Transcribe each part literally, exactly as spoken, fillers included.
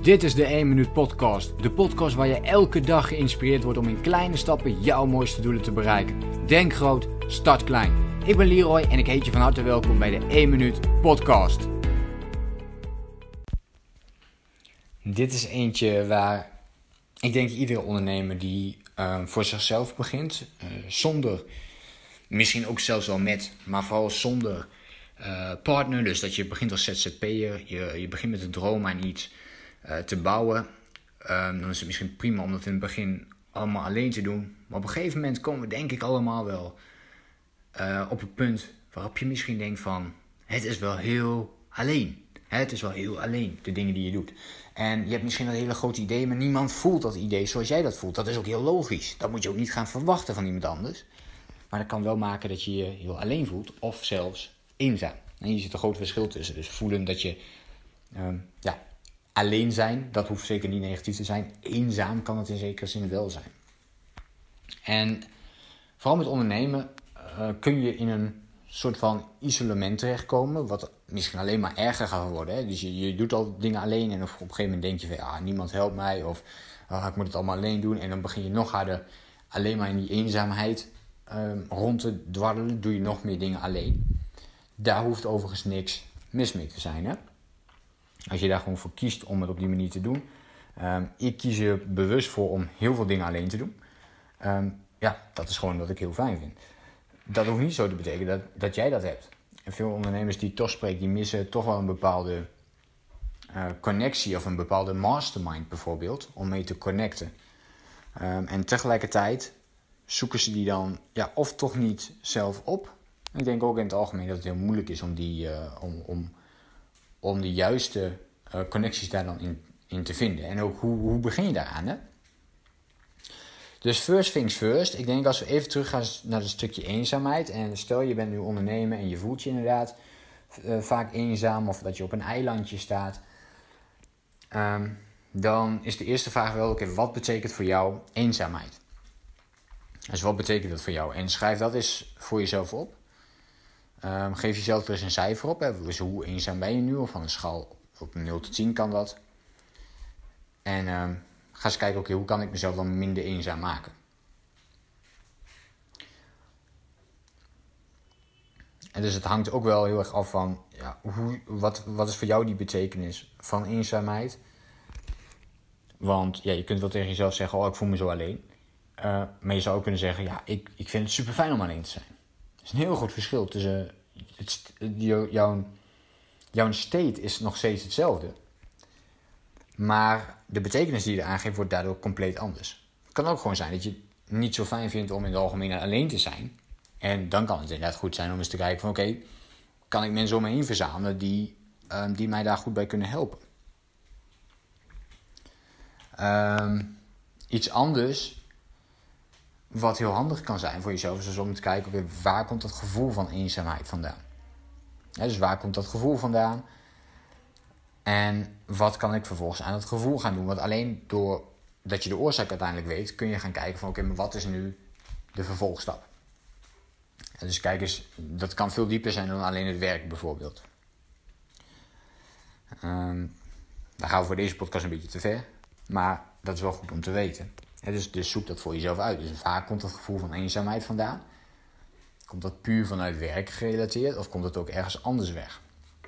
Dit is de één minuut podcast. De podcast waar je elke dag geïnspireerd wordt om in kleine stappen jouw mooiste doelen te bereiken. Denk groot, start klein. Ik ben Leroy en ik heet je van harte welkom bij de één minuut podcast. Dit is eentje waar ik denk iedere ondernemer die uh, voor zichzelf begint, uh, zonder, misschien ook zelfs wel met, maar vooral zonder uh, partner. Dus dat je begint als Z Z P'er, je, je begint met de droom aan iets uh, te bouwen. Um, dan is het misschien prima om dat in het begin allemaal alleen te doen. Maar op een gegeven moment komen we denk ik allemaal wel uh, op het punt waarop je misschien denkt van, het is wel heel alleen. Het is wel heel alleen, de dingen die je doet. En je hebt misschien een hele groot idee, maar niemand voelt dat idee zoals jij dat voelt. Dat is ook heel logisch. Dat moet je ook niet gaan verwachten van iemand anders. Maar dat kan wel maken dat je je heel alleen voelt, of zelfs eenzaam. En hier zit een groot verschil tussen. Dus voelen dat je um, ja, alleen zijn, dat hoeft zeker niet negatief te zijn. Eenzaam kan het in zekere zin wel zijn. En vooral met ondernemen uh, kun je in een soort van isolement terechtkomen, wat misschien alleen maar erger gaat worden. Hè? Dus je, je doet al dingen alleen en op een gegeven moment denk je van, ja, niemand helpt mij, of oh, ik moet het allemaal alleen doen. En dan begin je nog harder alleen maar in die eenzaamheid um, rond te dwarrelen, doe je nog meer dingen alleen. Daar hoeft overigens niks mis mee te zijn, hè? Als je daar gewoon voor kiest om het op die manier te doen. Um, ik kies er bewust voor om heel veel dingen alleen te doen. Um, ja, dat is gewoon wat ik heel fijn vind. Dat hoeft niet zo te betekenen dat, dat jij dat hebt. En veel ondernemers die ik toch spreek, die missen toch wel een bepaalde uh, connectie of een bepaalde mastermind bijvoorbeeld, om mee te connecten. Um, en tegelijkertijd zoeken ze die dan ja, of toch niet zelf op. Ik denk ook in het algemeen dat het heel moeilijk is om die, uh, om, om, om de juiste uh, connecties daar dan in, in te vinden. En ook hoe, hoe begin je daaraan, hè? Dus first things first. Ik denk als we even teruggaan naar het stukje eenzaamheid. En stel je bent nu ondernemer en je voelt je inderdaad uh, vaak eenzaam. Of dat je op een eilandje staat. Um, dan is de eerste vraag wel, oké, okay, wat betekent voor jou eenzaamheid? Dus wat betekent dat voor jou? En schrijf dat eens voor jezelf op. Um, geef jezelf er eens een cijfer op. Hè. Dus hoe eenzaam ben je nu? Of van een schaal op nul tot tien kan dat. En Um, Ga eens kijken, oké, okay, hoe kan ik mezelf dan minder eenzaam maken? En dus het hangt ook wel heel erg af van, ja, hoe, wat, wat is voor jou die betekenis van eenzaamheid? Want ja, je kunt wel tegen jezelf zeggen, oh, ik voel me zo alleen. Uh, maar je zou ook kunnen zeggen, ja, ik, ik vind het super fijn om alleen te zijn. Er is een heel groot verschil tussen, het, jouw, jouw state is nog steeds hetzelfde. Maar de betekenis die je eraan geeft wordt daardoor compleet anders. Het kan ook gewoon zijn dat je het niet zo fijn vindt om in het algemeen alleen te zijn. En dan kan het inderdaad goed zijn om eens te kijken van, oké, okay, kan ik mensen om me heen verzamelen die, um, die mij daar goed bij kunnen helpen. Um, iets anders wat heel handig kan zijn voor jezelf is om te kijken, oké, okay, waar komt dat gevoel van eenzaamheid vandaan? Ja, dus waar komt dat gevoel vandaan? En wat kan ik vervolgens aan het gevoel gaan doen? Want alleen doordat je de oorzaak uiteindelijk weet, kun je gaan kijken van, oké, okay, maar wat is nu de vervolgstap? En dus kijk eens, dat kan veel dieper zijn dan alleen het werk bijvoorbeeld. Um, daar gaan we voor deze podcast een beetje te ver. Maar dat is wel goed om te weten. Ja, dus, dus zoek dat voor jezelf uit. Dus vaak komt dat gevoel van eenzaamheid vandaan. Komt dat puur vanuit werk gerelateerd of komt het ook ergens anders weg?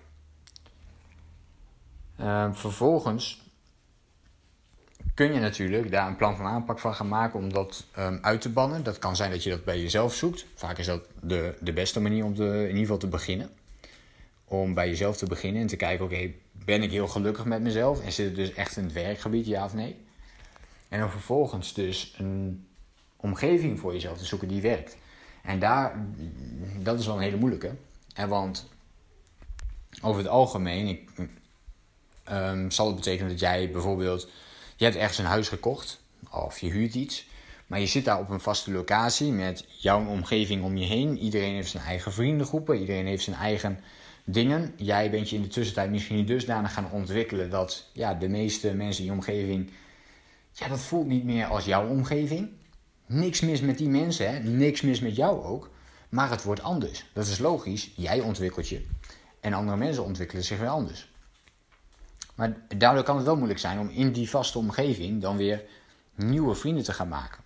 Uh, vervolgens kun je natuurlijk daar een plan van aanpak van gaan maken om dat um, uit te bannen. Dat kan zijn dat je dat bij jezelf zoekt. Vaak is dat de, de beste manier om te, in ieder geval te beginnen. Om bij jezelf te beginnen en te kijken, oké, okay, ben ik heel gelukkig met mezelf? En zit het dus echt in het werkgebied, ja of nee? En dan vervolgens dus een omgeving voor jezelf te zoeken die werkt. En daar, dat is wel een hele moeilijke. En want over het algemeen, ik, um, zal het betekenen dat jij bijvoorbeeld, je hebt ergens een huis gekocht of je huurt iets. Maar je zit daar op een vaste locatie met jouw omgeving om je heen. Iedereen heeft zijn eigen vriendengroepen, iedereen heeft zijn eigen dingen. Jij bent je in de tussentijd misschien niet dusdanig gaan ontwikkelen dat ja, de meeste mensen in je omgeving, ja, dat voelt niet meer als jouw omgeving. Niks mis met die mensen, hè? Niks mis met jou ook. Maar het wordt anders. Dat is logisch. Jij ontwikkelt je. En andere mensen ontwikkelen zich weer anders. Maar daardoor kan het wel moeilijk zijn om in die vaste omgeving dan weer nieuwe vrienden te gaan maken.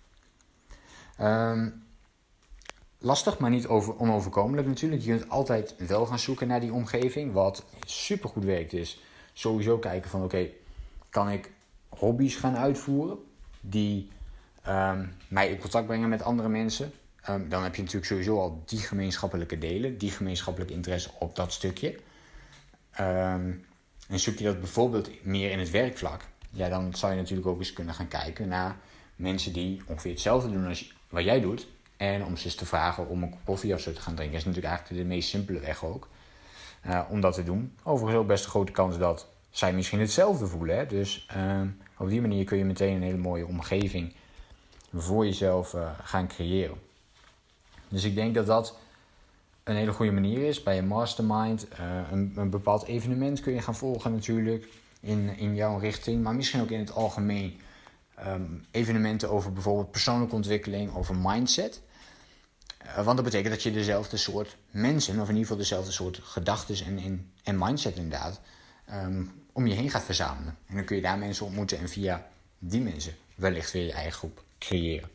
Um, lastig, maar niet over, onoverkomelijk natuurlijk. Je kunt altijd wel gaan zoeken naar die omgeving. Wat supergoed werkt is sowieso kijken van oké, okay, kan ik hobby's gaan uitvoeren die um, mij in contact brengen met andere mensen. Um, dan heb je natuurlijk sowieso al die gemeenschappelijke delen, die gemeenschappelijke interesse op dat stukje. Um, en zoek je dat bijvoorbeeld meer in het werkvlak, ja, dan zou je natuurlijk ook eens kunnen gaan kijken naar mensen die ongeveer hetzelfde doen als wat jij doet. En om ze eens te vragen om een kop koffie of zo te gaan drinken. Dat is natuurlijk eigenlijk de meest simpele weg ook. Uh, om dat te doen. Overigens ook best een grote kans dat zij misschien hetzelfde voelen. Hè? Dus uh, op die manier kun je meteen een hele mooie omgeving voor jezelf uh, gaan creëren. Dus ik denk dat dat een hele goede manier is. Bij een mastermind, uh, een, een bepaald evenement kun je gaan volgen natuurlijk. In, in jouw richting, maar misschien ook in het algemeen. Um, evenementen over bijvoorbeeld persoonlijke ontwikkeling, over mindset. Uh, want dat betekent dat je dezelfde soort mensen, of in ieder geval dezelfde soort gedachten en, en, en mindset inderdaad, um, om je heen gaat verzamelen. En dan kun je daar mensen ontmoeten en via die mensen wellicht weer je eigen groep creëren.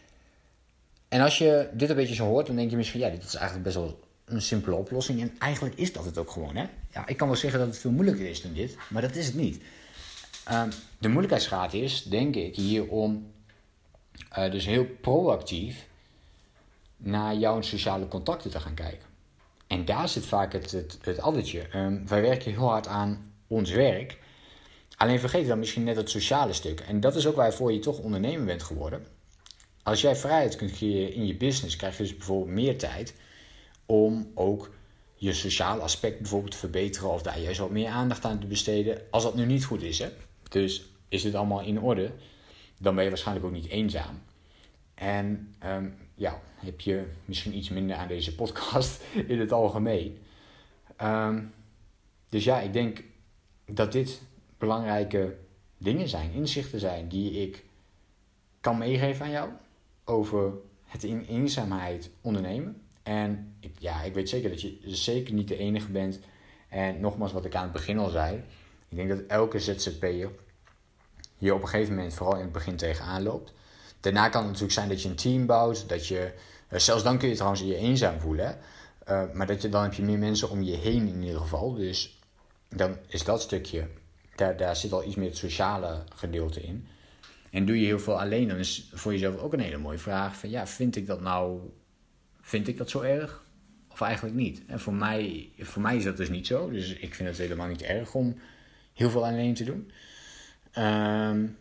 En als je dit een beetje zo hoort, dan denk je misschien, ja, dit is eigenlijk best wel een simpele oplossing. En eigenlijk is dat het ook gewoon, hè. Ja, ik kan wel zeggen dat het veel moeilijker is dan dit, maar dat is het niet. Uh, de moeilijkheidsgraad is, denk ik, hier om uh, dus heel proactief naar jouw sociale contacten te gaan kijken. En daar zit vaak het, het, het addertje. Um, wij werken heel hard aan ons werk. Alleen vergeet dan misschien net het sociale stuk. En dat is ook waarvoor je toch ondernemer bent geworden. Als jij vrijheid kunt creëren in je business, krijg je dus bijvoorbeeld meer tijd om ook je sociale aspect bijvoorbeeld te verbeteren of daar juist wat meer aandacht aan te besteden. Als dat nu niet goed is, hè. Dus is dit allemaal in orde, dan ben je waarschijnlijk ook niet eenzaam. En um, ja, heb je misschien iets minder aan deze podcast in het algemeen. Um, dus ja, ik denk dat dit belangrijke dingen zijn, inzichten zijn die ik kan meegeven aan jou over het in eenzaamheid ondernemen. En ik, ja, ik weet zeker dat je zeker niet de enige bent. En nogmaals, wat ik aan het begin al zei, ik denk dat elke Z Z P'er hier op een gegeven moment vooral in het begin tegenaan loopt. Daarna kan het natuurlijk zijn dat je een team bouwt, dat je, uh, zelfs dan kun je trouwens je eenzaam voelen, hè? Uh, maar dat je, dan heb je meer mensen om je heen in ieder geval. Dus dan is dat stukje, daar, daar zit al iets meer het sociale gedeelte in. En doe je heel veel alleen, dan is voor jezelf ook een hele mooie vraag van, ja, vind ik dat nou, vind ik dat zo erg? Of eigenlijk niet? En voor mij, voor mij is dat dus niet zo, dus ik vind het helemaal niet erg om heel veel alleen te doen. Um,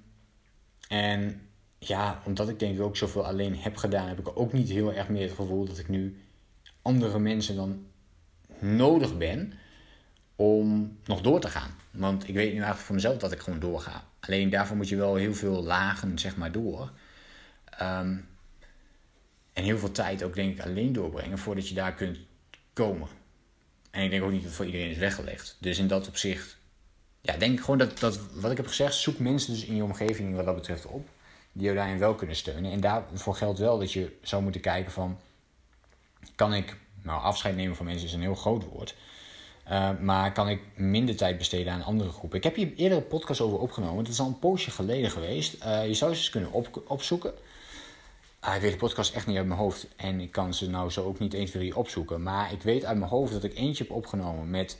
en ja, omdat ik denk ik ook zoveel alleen heb gedaan, heb ik ook niet heel erg meer het gevoel dat ik nu andere mensen dan nodig ben om nog door te gaan. Want ik weet nu eigenlijk voor mezelf dat ik gewoon doorga. Alleen daarvoor moet je wel heel veel lagen, zeg maar, door. Um, en heel veel tijd ook, denk ik, alleen doorbrengen voordat je daar kunt komen. En ik denk ook niet dat het voor iedereen is weggelegd. Dus in dat opzicht, ja, denk ik gewoon dat, dat wat ik heb gezegd, zoek mensen dus in je omgeving wat dat betreft op, die jou daarin wel kunnen steunen. En daarvoor geldt wel dat je zou moeten kijken van, kan ik, nou, afscheid nemen van mensen is een heel groot woord, uh, maar kan ik minder tijd besteden aan andere groepen. Ik heb hier eerder een podcast over opgenomen, dat is al een poosje geleden geweest. Uh, je zou ze eens kunnen op, opzoeken. Uh, ik weet de podcast echt niet uit mijn hoofd en ik kan ze nou zo ook niet eens weer opzoeken. Maar ik weet uit mijn hoofd dat ik eentje heb opgenomen met,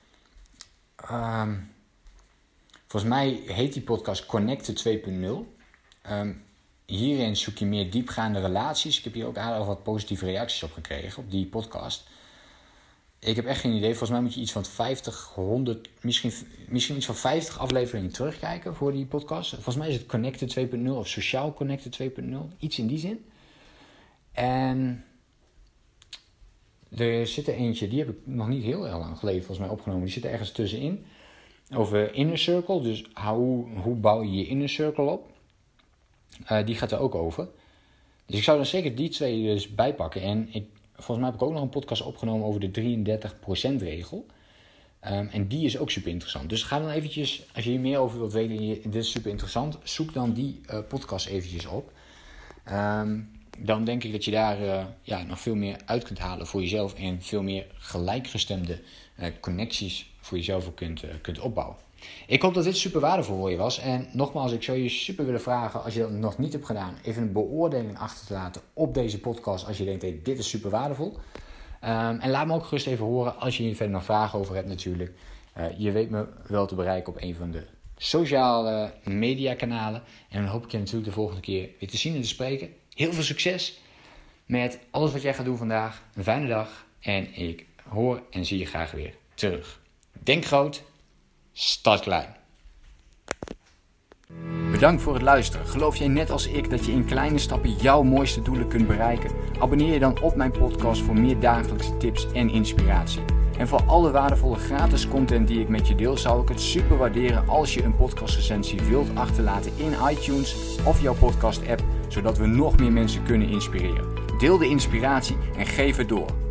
Uh, volgens mij heet die podcast Connected twee punt nul. Um, hierin zoek je meer diepgaande relaties. Ik heb hier ook aardig wat positieve reacties op gekregen, op die podcast. Ik heb echt geen idee. Volgens mij moet je iets van vijftig, honderd, misschien, misschien iets van vijftig afleveringen terugkijken voor die podcast. Volgens mij is het Connected twee punt nul of Sociaal Connected twee punt nul. Iets in die zin. En er zit er eentje, die heb ik nog niet heel erg lang geleden volgens mij opgenomen. Die zit er ergens tussenin. Over inner circle, dus hoe, hoe bouw je je inner circle op? Uh, die gaat er ook over. Dus ik zou dan zeker die twee dus bijpakken. En ik, volgens mij heb ik ook nog een podcast opgenomen over de drieëndertig procent regel. Um, en die is ook super interessant. Dus ga dan eventjes, als je hier meer over wilt weten en je, dit is super interessant, zoek dan die uh, podcast eventjes op. Um, dan denk ik dat je daar uh, ja, nog veel meer uit kunt halen voor jezelf en veel meer gelijkgestemde uh, connecties voor jezelf ook kunt, uh, kunt opbouwen. Ik hoop dat dit super waardevol voor je was. En nogmaals, ik zou je super willen vragen, als je dat nog niet hebt gedaan, even een beoordeling achter te laten op deze podcast als je denkt, hey, dit is super waardevol. Um, en laat me ook gerust even horen als je hier verder nog vragen over hebt natuurlijk. Uh, je weet me wel te bereiken op een van de sociale mediakanalen. En dan hoop ik je natuurlijk de volgende keer weer te zien en te spreken. Heel veel succes met alles wat jij gaat doen vandaag. Een fijne dag. En ik hoor en zie je graag weer terug. Denk groot, start klein. Bedankt voor het luisteren. Geloof jij net als ik dat je in kleine stappen jouw mooiste doelen kunt bereiken? Abonneer je dan op mijn podcast voor meer dagelijkse tips en inspiratie. En voor alle waardevolle gratis content die ik met je deel, zou ik het super waarderen als je een podcastrecensie wilt achterlaten in iTunes of jouw podcast app, zodat we nog meer mensen kunnen inspireren. Deel de inspiratie en geef het door.